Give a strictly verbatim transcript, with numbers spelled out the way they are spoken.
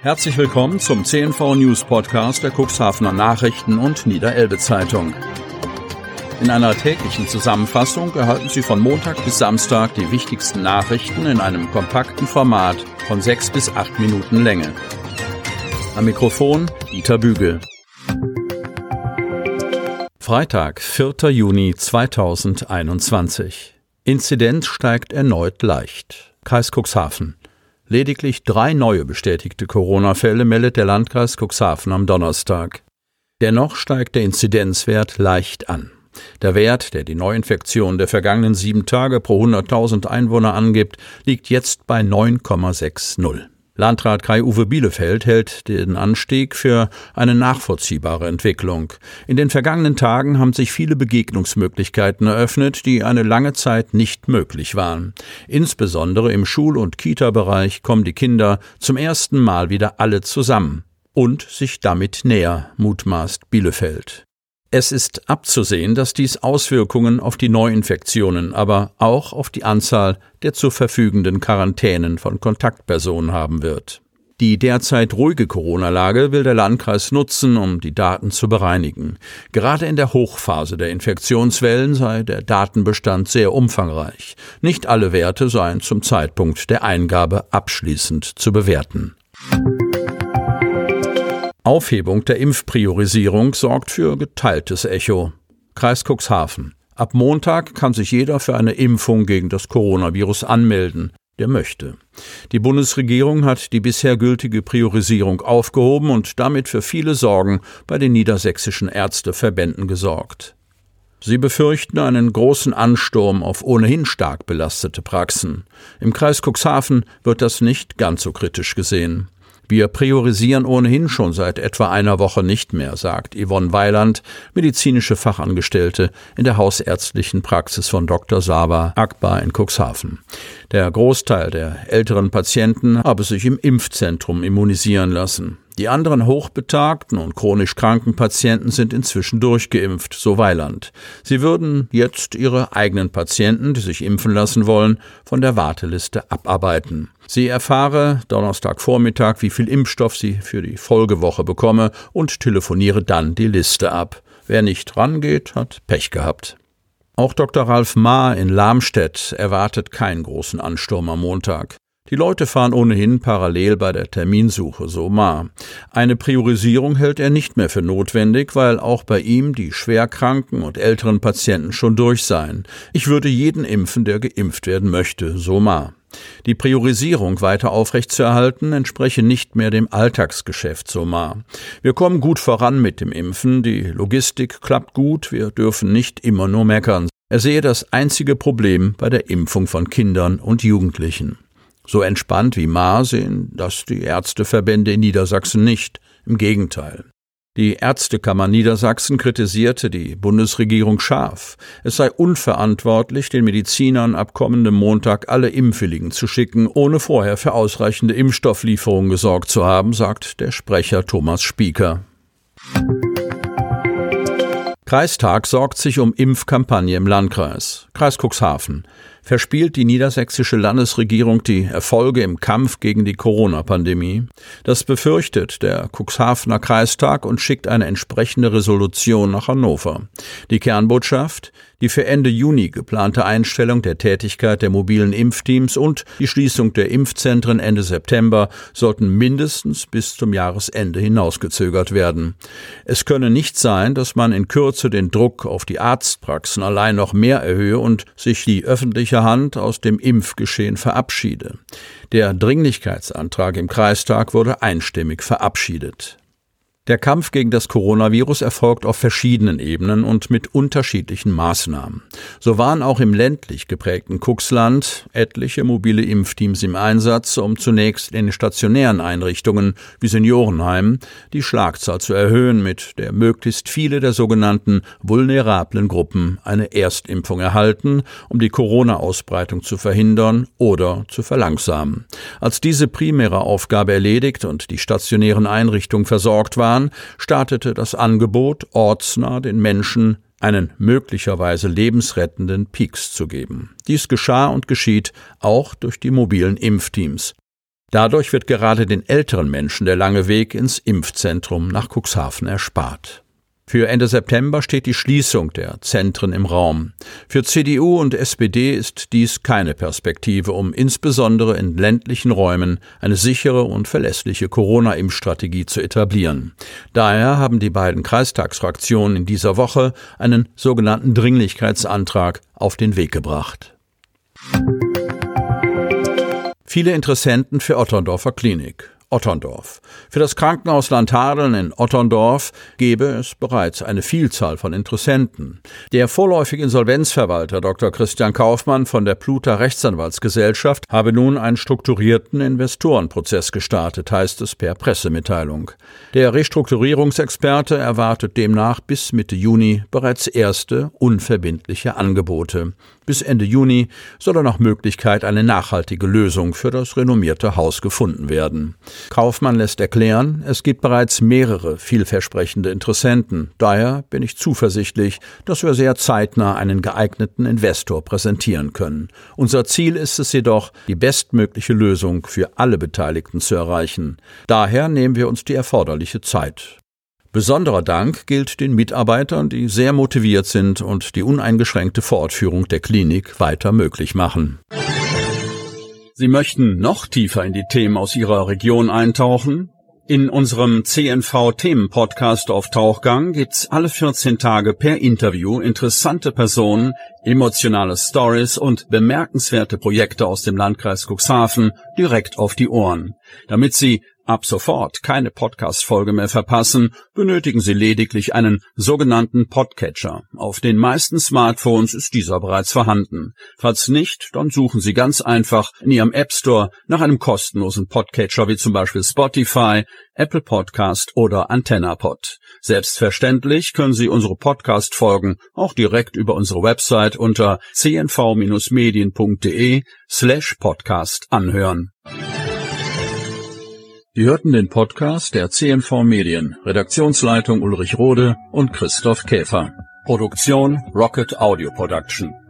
Herzlich willkommen zum C N V News Podcast der Cuxhavener Nachrichten und Niederelbe Zeitung. In einer täglichen Zusammenfassung erhalten Sie von Montag bis Samstag die wichtigsten Nachrichten in einem kompakten Format von sechs bis acht Minuten Länge. Am Mikrofon Dieter Bügel. Freitag, vierter Juni zweitausendeinundzwanzig. Inzidenz steigt erneut leicht. Kreis Cuxhaven. Lediglich drei neue bestätigte Corona-Fälle meldet der Landkreis Cuxhaven am Donnerstag. Dennoch steigt der Inzidenzwert leicht an. Der Wert, der die Neuinfektion der vergangenen sieben Tage pro hunderttausend Einwohner angibt, liegt jetzt bei neun Komma sechzig. Landrat Kai-Uwe Bielefeld hält den Anstieg für eine nachvollziehbare Entwicklung. In den vergangenen Tagen haben sich viele Begegnungsmöglichkeiten eröffnet, die eine lange Zeit nicht möglich waren. Insbesondere im Schul- und Kita-Bereich kommen die Kinder zum ersten Mal wieder alle zusammen und sich damit näher, mutmaßt Bielefeld. Es ist abzusehen, dass dies Auswirkungen auf die Neuinfektionen, aber auch auf die Anzahl der zu verfügenden Quarantänen von Kontaktpersonen haben wird. Die derzeit ruhige Corona-Lage will der Landkreis nutzen, um die Daten zu bereinigen. Gerade in der Hochphase der Infektionswellen sei der Datenbestand sehr umfangreich. Nicht alle Werte seien zum Zeitpunkt der Eingabe abschließend zu bewerten. Aufhebung der Impfpriorisierung sorgt für geteiltes Echo. Kreis Cuxhaven. Ab Montag kann sich jeder für eine Impfung gegen das Coronavirus anmelden, der möchte. Die Bundesregierung hat die bisher gültige Priorisierung aufgehoben und damit für viele Sorgen bei den niedersächsischen Ärzteverbänden gesorgt. Sie befürchten einen großen Ansturm auf ohnehin stark belastete Praxen. Im Kreis Cuxhaven wird das nicht ganz so kritisch gesehen. Wir priorisieren ohnehin schon seit etwa einer Woche nicht mehr, sagt Yvonne Weiland, medizinische Fachangestellte in der hausärztlichen Praxis von Doktor Sava Akbar in Cuxhaven. Der Großteil der älteren Patienten habe sich im Impfzentrum immunisieren lassen. Die anderen hochbetagten und chronisch kranken Patienten sind inzwischen durchgeimpft, so Weiland. Sie würden jetzt ihre eigenen Patienten, die sich impfen lassen wollen, von der Warteliste abarbeiten. Sie erfahre Donnerstagvormittag, wie viel Impfstoff sie für die Folgewoche bekomme und telefoniere dann die Liste ab. Wer nicht rangeht, hat Pech gehabt. Auch Doktor Ralf Maar in Lamstedt erwartet keinen großen Ansturm am Montag. Die Leute fahren ohnehin parallel bei der Terminsuche, so Maar. Eine Priorisierung hält er nicht mehr für notwendig, weil auch bei ihm die schwerkranken und älteren Patienten schon durch seien. Ich würde jeden impfen, der geimpft werden möchte, so Maar. Die Priorisierung weiter aufrechtzuerhalten entspreche nicht mehr dem Alltagsgeschäft, so Maar. Wir kommen gut voran mit dem Impfen, die Logistik klappt gut, wir dürfen nicht immer nur meckern. Er sehe das einzige Problem bei der Impfung von Kindern und Jugendlichen. So entspannt wie Maar sehen das die Ärzteverbände in Niedersachsen nicht, im Gegenteil. Die Ärztekammer Niedersachsen kritisierte die Bundesregierung scharf. Es sei unverantwortlich, den Medizinern ab kommendem Montag alle Impfwilligen zu schicken, ohne vorher für ausreichende Impfstofflieferungen gesorgt zu haben, sagt der Sprecher Thomas Spieker. Kreistag sorgt sich um Impfkampagne im Landkreis. Kreis Cuxhaven. Verspielt die niedersächsische Landesregierung die Erfolge im Kampf gegen die Corona-Pandemie? Das befürchtet der Cuxhavener Kreistag und schickt eine entsprechende Resolution nach Hannover. Die Kernbotschaft: Die für Ende Juni geplante Einstellung der Tätigkeit der mobilen Impfteams und die Schließung der Impfzentren Ende September sollten mindestens bis zum Jahresende hinausgezögert werden. Es könne nicht sein, dass man in Kürze den Druck auf die Arztpraxen allein noch mehr erhöhe und sich die öffentliche Hand aus dem Impfgeschehen verabschiede. Der Dringlichkeitsantrag im Kreistag wurde einstimmig verabschiedet. Der Kampf gegen das Coronavirus erfolgt auf verschiedenen Ebenen und mit unterschiedlichen Maßnahmen. So waren auch im ländlich geprägten Cuxland etliche mobile Impfteams im Einsatz, um zunächst in stationären Einrichtungen wie Seniorenheimen die Schlagzahl zu erhöhen, mit der möglichst viele der sogenannten vulnerablen Gruppen eine Erstimpfung erhalten, um die Corona-Ausbreitung zu verhindern oder zu verlangsamen. Als diese primäre Aufgabe erledigt und die stationären Einrichtungen versorgt waren, startete das Angebot, ortsnah den Menschen einen möglicherweise lebensrettenden Peaks zu geben. Dies geschah und geschieht auch durch die mobilen Impfteams. Dadurch wird gerade den älteren Menschen der lange Weg ins Impfzentrum nach Cuxhaven erspart. Für Ende September steht die Schließung der Zentren im Raum. Für C D U und S P D ist dies keine Perspektive, um insbesondere in ländlichen Räumen eine sichere und verlässliche Corona-Impfstrategie zu etablieren. Daher haben die beiden Kreistagsfraktionen in dieser Woche einen sogenannten Dringlichkeitsantrag auf den Weg gebracht. Viele Interessenten für Otterndorfer Klinik. Otterndorf. Für das Krankenhaus Lanthadeln in Otterndorf gebe es bereits eine Vielzahl von Interessenten. Der vorläufige Insolvenzverwalter Doktor Christian Kaufmann von der Pluta Rechtsanwaltsgesellschaft habe nun einen strukturierten Investorenprozess gestartet, heißt es per Pressemitteilung. Der Restrukturierungsexperte erwartet demnach bis Mitte Juni bereits erste unverbindliche Angebote. Bis Ende Juni soll nach Möglichkeit eine nachhaltige Lösung für das renommierte Haus gefunden werden. Kaufmann lässt erklären, es gibt bereits mehrere vielversprechende Interessenten. Daher bin ich zuversichtlich, dass wir sehr zeitnah einen geeigneten Investor präsentieren können. Unser Ziel ist es jedoch, die bestmögliche Lösung für alle Beteiligten zu erreichen. Daher nehmen wir uns die erforderliche Zeit. Besonderer Dank gilt den Mitarbeitern, die sehr motiviert sind und die uneingeschränkte Fortführung der Klinik weiter möglich machen. Sie möchten noch tiefer in die Themen aus Ihrer Region eintauchen? In unserem C N V-Themen-Podcast auf Tauchgang gibt's alle vierzehn Tage per Interview interessante Personen, emotionale Stories und bemerkenswerte Projekte aus dem Landkreis Cuxhaven direkt auf die Ohren. Damit Sie ab sofort keine Podcast-Folge mehr verpassen, benötigen Sie lediglich einen sogenannten Podcatcher. Auf den meisten Smartphones ist dieser bereits vorhanden. Falls nicht, dann suchen Sie ganz einfach in Ihrem App Store nach einem kostenlosen Podcatcher wie zum Beispiel Spotify, Apple Podcast oder AntennaPod. Selbstverständlich können Sie unsere Podcast-Folgen auch direkt über unsere Website unter c n v Bindestrich medien punkt d e slash podcast anhören. Sie hörten den Podcast der C N V Medien, Redaktionsleitung Ulrich Rode und Christoph Käfer. Produktion Rocket Audio Production.